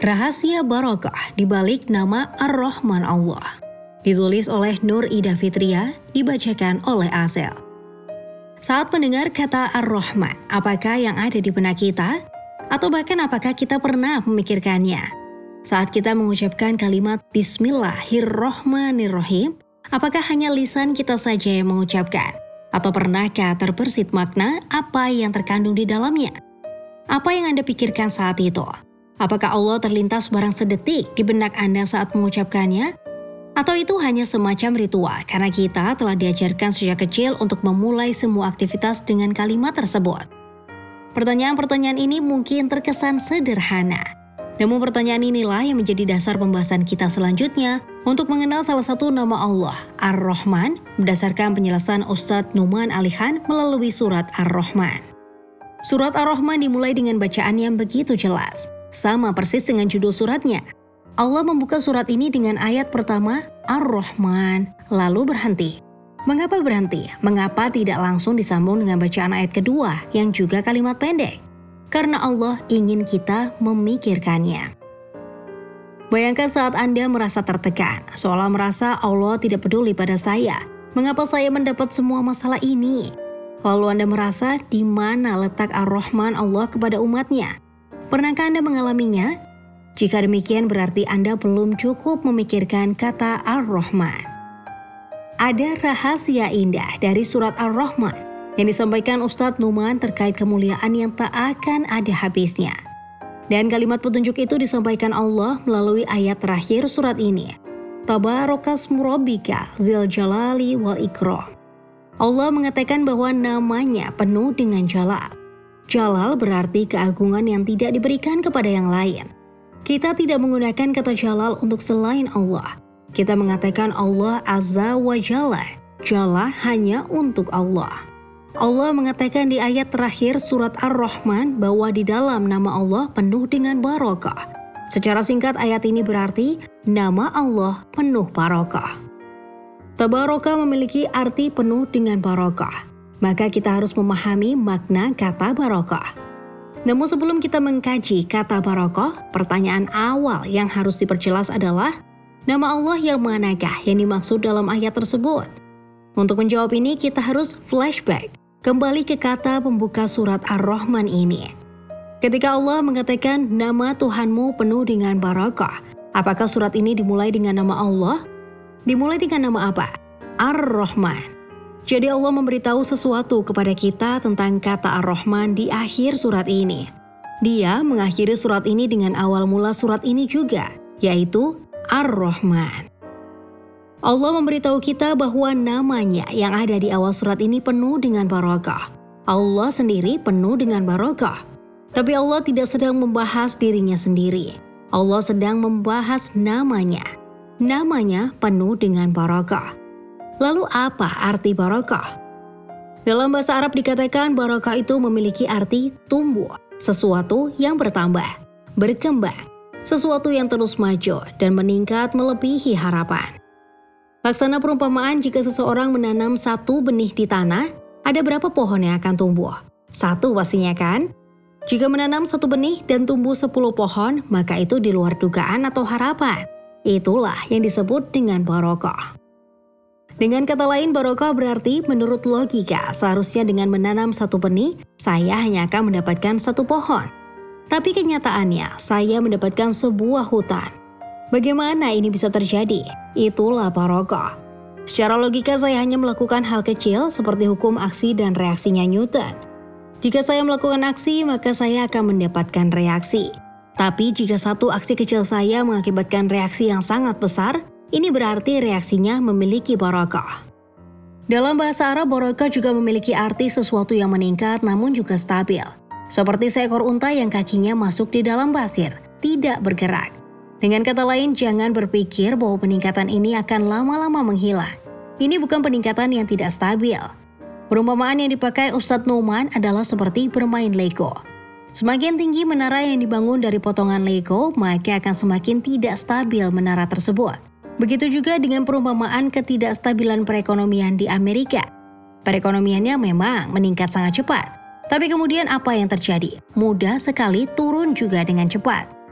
Rahasia barokah di balik nama Ar-Rahman Allah. Ditulis oleh Nur Ida Fitria, dibacakan oleh Asel. Saat mendengar kata Ar-Rahman, apakah yang ada di benak kita? Atau bahkan apakah kita pernah memikirkannya? Saat kita mengucapkan kalimat Bismillahirrahmanirrahim, apakah hanya lisan kita saja yang mengucapkan? Atau pernahkah terbersit makna apa yang terkandung di dalamnya? Apa yang Anda pikirkan saat itu? Apakah Allah terlintas barang sedetik di benak Anda saat mengucapkannya? Atau itu hanya semacam ritual karena kita telah diajarkan sejak kecil untuk memulai semua aktivitas dengan kalimat tersebut? Pertanyaan-pertanyaan ini mungkin terkesan sederhana. Namun pertanyaan inilah yang menjadi dasar pembahasan kita selanjutnya untuk mengenal salah satu nama Allah, Ar-Rahman, berdasarkan penjelasan Ustadz Numan Alihan melalui surat Ar-Rahman. Surat Ar-Rahman dimulai dengan bacaan yang begitu jelas, sama persis dengan judul suratnya. Allah membuka surat ini dengan ayat pertama, Ar-Rahman, lalu berhenti. Mengapa berhenti? Mengapa tidak langsung disambung dengan bacaan ayat kedua yang juga kalimat pendek? Karena Allah ingin kita memikirkannya. Bayangkan saat Anda merasa tertekan, seolah merasa Allah tidak peduli pada saya. Mengapa saya mendapat semua masalah ini? Lalu Anda merasa di mana letak Ar-Rahman Allah kepada umatnya? Pernahkah Anda mengalaminya? Jika demikian berarti Anda belum cukup memikirkan kata Ar-Rahman. Ada rahasia indah dari surat Ar-Rahman yang disampaikan Ustadz Numan terkait kemuliaan yang tak akan ada habisnya. Dan kalimat petunjuk itu disampaikan Allah melalui ayat terakhir surat ini. Tabarakasmu rabbika dzil jalali wal ikram. Allah mengatakan bahwa namanya penuh dengan jalal. Jalal berarti keagungan yang tidak diberikan kepada yang lain. Kita tidak menggunakan kata jalal untuk selain Allah. Kita mengatakan Allah Azza wa Jalla. Jalla hanya untuk Allah. Allah mengatakan di ayat terakhir surat Ar-Rahman bahwa di dalam nama Allah penuh dengan barokah. Secara singkat ayat ini berarti nama Allah penuh barokah. Tabaraka memiliki arti penuh dengan barokah. Maka kita harus memahami makna kata barokah. Namun sebelum kita mengkaji kata barokah, pertanyaan awal yang harus diperjelas adalah nama Allah yang manakah yang dimaksud dalam ayat tersebut? Untuk menjawab ini kita harus flashback kembali ke kata pembuka surat Ar-Rahman ini. Ketika Allah mengatakan nama Tuhanmu penuh dengan barokah, apakah surat ini dimulai dengan nama Allah? Dimulai dengan nama apa? Ar-Rahman. Jadi Allah memberitahu sesuatu kepada kita tentang kata Ar-Rahman di akhir surat ini. Dia mengakhiri surat ini dengan awal mula surat ini juga, yaitu Ar-Rahman. Allah memberitahu kita bahwa namanya yang ada di awal surat ini penuh dengan barokah. Allah sendiri penuh dengan barokah. Tapi Allah tidak sedang membahas dirinya sendiri. Allah sedang membahas namanya. Namanya penuh dengan barokah. Lalu apa arti barokah? Dalam bahasa Arab dikatakan barokah itu memiliki arti tumbuh, sesuatu yang bertambah, berkembang, sesuatu yang terus maju dan meningkat melebihi harapan. Laksana perumpamaan jika seseorang menanam satu benih di tanah, ada berapa pohon yang akan tumbuh? Satu pastinya kan? Jika menanam satu benih dan tumbuh 10 pohon, maka itu di luar dugaan atau harapan. Itulah yang disebut dengan barokah. Dengan kata lain, barokah berarti menurut logika seharusnya dengan menanam satu benih, saya hanya akan mendapatkan satu pohon. Tapi kenyataannya, saya mendapatkan sebuah hutan. Bagaimana ini bisa terjadi? Itulah barokah. Secara logika saya hanya melakukan hal kecil seperti hukum aksi dan reaksinya Newton. Jika saya melakukan aksi, maka saya akan mendapatkan reaksi. Tapi jika satu aksi kecil saya mengakibatkan reaksi yang sangat besar, ini berarti reaksinya memiliki barokah. Dalam bahasa Arab, barokah juga memiliki arti sesuatu yang meningkat namun juga stabil. Seperti seekor unta yang kakinya masuk di dalam pasir, tidak bergerak. Dengan kata lain, jangan berpikir bahwa peningkatan ini akan lama-lama menghilang. Ini bukan peningkatan yang tidak stabil. Perumpamaan yang dipakai Ustadz Numan adalah seperti bermain Lego. Semakin tinggi menara yang dibangun dari potongan Lego, maka akan semakin tidak stabil menara tersebut. Begitu juga dengan perumpamaan ketidakstabilan perekonomian di Amerika. Perekonomiannya memang meningkat sangat cepat. Tapi kemudian apa yang terjadi? Mudah sekali turun juga dengan cepat.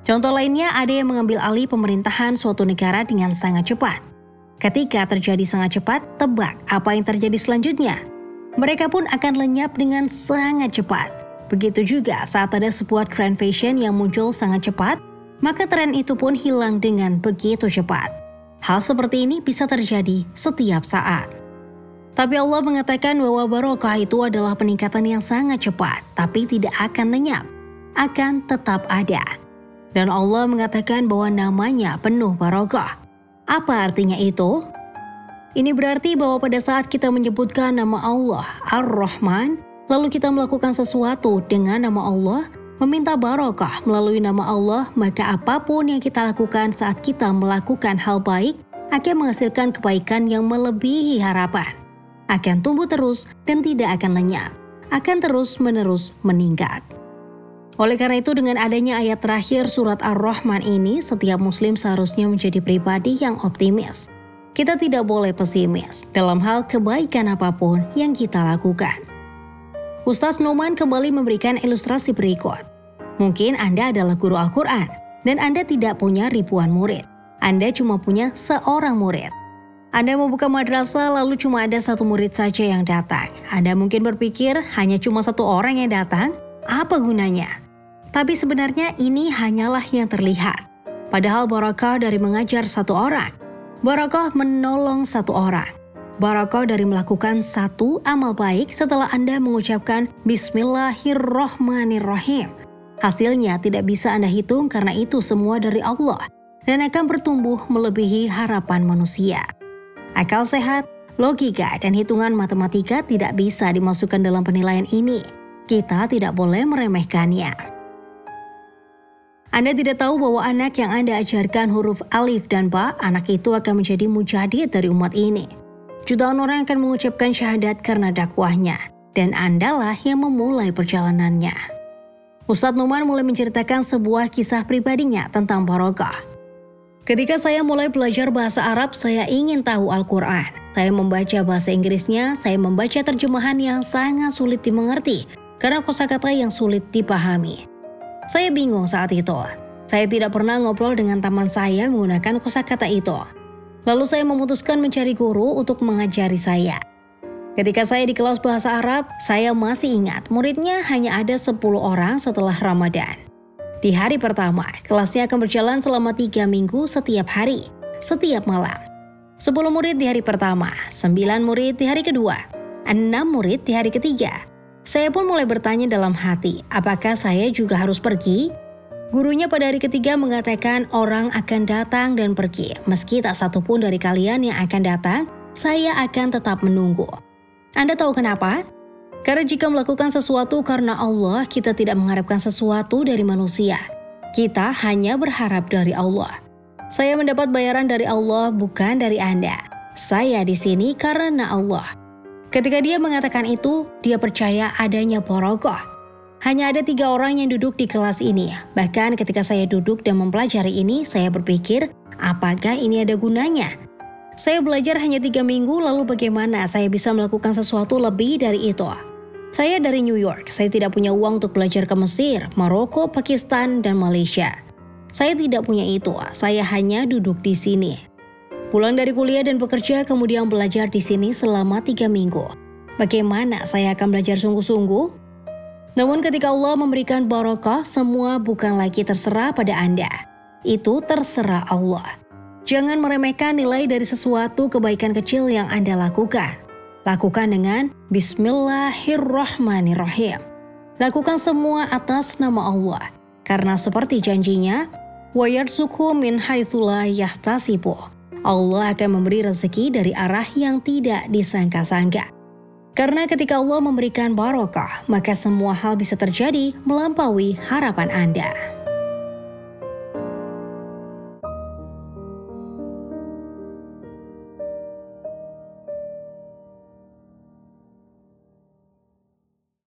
Contoh lainnya, ada yang mengambil alih pemerintahan suatu negara dengan sangat cepat. Ketika terjadi sangat cepat, tebak apa yang terjadi selanjutnya? Mereka pun akan lenyap dengan sangat cepat. Begitu juga saat ada sebuah tren fashion yang muncul sangat cepat, maka tren itu pun hilang dengan begitu cepat. Hal seperti ini bisa terjadi setiap saat. Tapi Allah mengatakan bahwa barokah itu adalah peningkatan yang sangat cepat, tapi tidak akan lenyap, akan tetap ada. Dan Allah mengatakan bahwa namanya penuh barokah. Apa artinya itu? Ini berarti bahwa pada saat kita menyebutkan nama Allah Ar-Rahman, lalu kita melakukan sesuatu dengan nama Allah, meminta barokah melalui nama Allah, maka apapun yang kita lakukan saat kita melakukan hal baik akan menghasilkan kebaikan yang melebihi harapan. Akan tumbuh terus dan tidak akan lenyap, akan terus-menerus meningkat. Oleh karena itu, dengan adanya ayat terakhir surat Ar-Rahman ini, setiap muslim seharusnya menjadi pribadi yang optimis. Kita tidak boleh pesimis dalam hal kebaikan apapun yang kita lakukan. Ustaz Numan kembali memberikan ilustrasi berikut. Mungkin Anda adalah guru Al-Quran dan Anda tidak punya ribuan murid. Anda cuma punya seorang murid. Anda membuka madrasah lalu cuma ada satu murid saja yang datang. Anda mungkin berpikir hanya cuma satu orang yang datang, apa gunanya? Tapi sebenarnya ini hanyalah yang terlihat. Padahal barakah dari mengajar satu orang, barakah menolong satu orang, barakah dari melakukan satu amal baik setelah Anda mengucapkan Bismillahirrahmanirrahim. Hasilnya tidak bisa Anda hitung karena itu semua dari Allah dan akan bertumbuh melebihi harapan manusia. Akal sehat, logika, dan hitungan matematika tidak bisa dimasukkan dalam penilaian ini. Kita tidak boleh meremehkannya. Anda tidak tahu bahwa anak yang Anda ajarkan huruf alif dan ba, anak itu akan menjadi mujahid dari umat ini. Jutaan orang akan mengucapkan syahadat karena dakwahnya, dan Andalah yang memulai perjalanannya. Ustadz Numan mulai menceritakan sebuah kisah pribadinya tentang barokah. Ketika saya mulai belajar bahasa Arab, saya ingin tahu Al-Quran. Saya membaca bahasa Inggrisnya, saya membaca terjemahan yang sangat sulit dimengerti, karena kosakata yang sulit dipahami. Saya bingung saat itu. Saya tidak pernah ngobrol dengan teman saya menggunakan kosakata itu. Lalu saya memutuskan mencari guru untuk mengajari saya. Ketika saya di kelas bahasa Arab, saya masih ingat muridnya hanya ada 10 orang setelah Ramadan. Di hari pertama, kelasnya akan berjalan selama 3 minggu setiap hari, setiap malam. 10 murid di hari pertama, 9 murid di hari kedua, 6 murid di hari ketiga. Saya pun mulai bertanya dalam hati, apakah saya juga harus pergi? Gurunya pada hari ketiga mengatakan orang akan datang dan pergi. Meski tak satu pun dari kalian yang akan datang, saya akan tetap menunggu. Anda tahu kenapa? Karena jika melakukan sesuatu karena Allah, kita tidak mengharapkan sesuatu dari manusia. Kita hanya berharap dari Allah. Saya mendapat bayaran dari Allah, bukan dari Anda. Saya di sini karena Allah. Ketika dia mengatakan itu, dia percaya adanya barokah. Hanya ada 3 orang yang duduk di kelas ini. Bahkan ketika saya duduk dan mempelajari ini, saya berpikir, apakah ini ada gunanya? Saya belajar hanya 3 minggu, lalu bagaimana saya bisa melakukan sesuatu lebih dari itu? Saya dari New York, saya tidak punya uang untuk belajar ke Mesir, Maroko, Pakistan, dan Malaysia. Saya tidak punya itu, saya hanya duduk di sini. Pulang dari kuliah dan bekerja, kemudian belajar di sini selama 3 minggu. Bagaimana saya akan belajar sungguh-sungguh? Namun ketika Allah memberikan barokah, semua bukan lagi terserah pada Anda. Itu terserah Allah. Jangan meremehkan nilai dari sesuatu kebaikan kecil yang Anda lakukan. Lakukan dengan Bismillahirrahmanirrahim. Lakukan semua atas nama Allah. Karena seperti janjinya, wa yarzuqhu min haitsu la yahtasibu. Allah akan memberi rezeki dari arah yang tidak disangka-sangka. Karena ketika Allah memberikan barokah, maka semua hal bisa terjadi melampaui harapan Anda.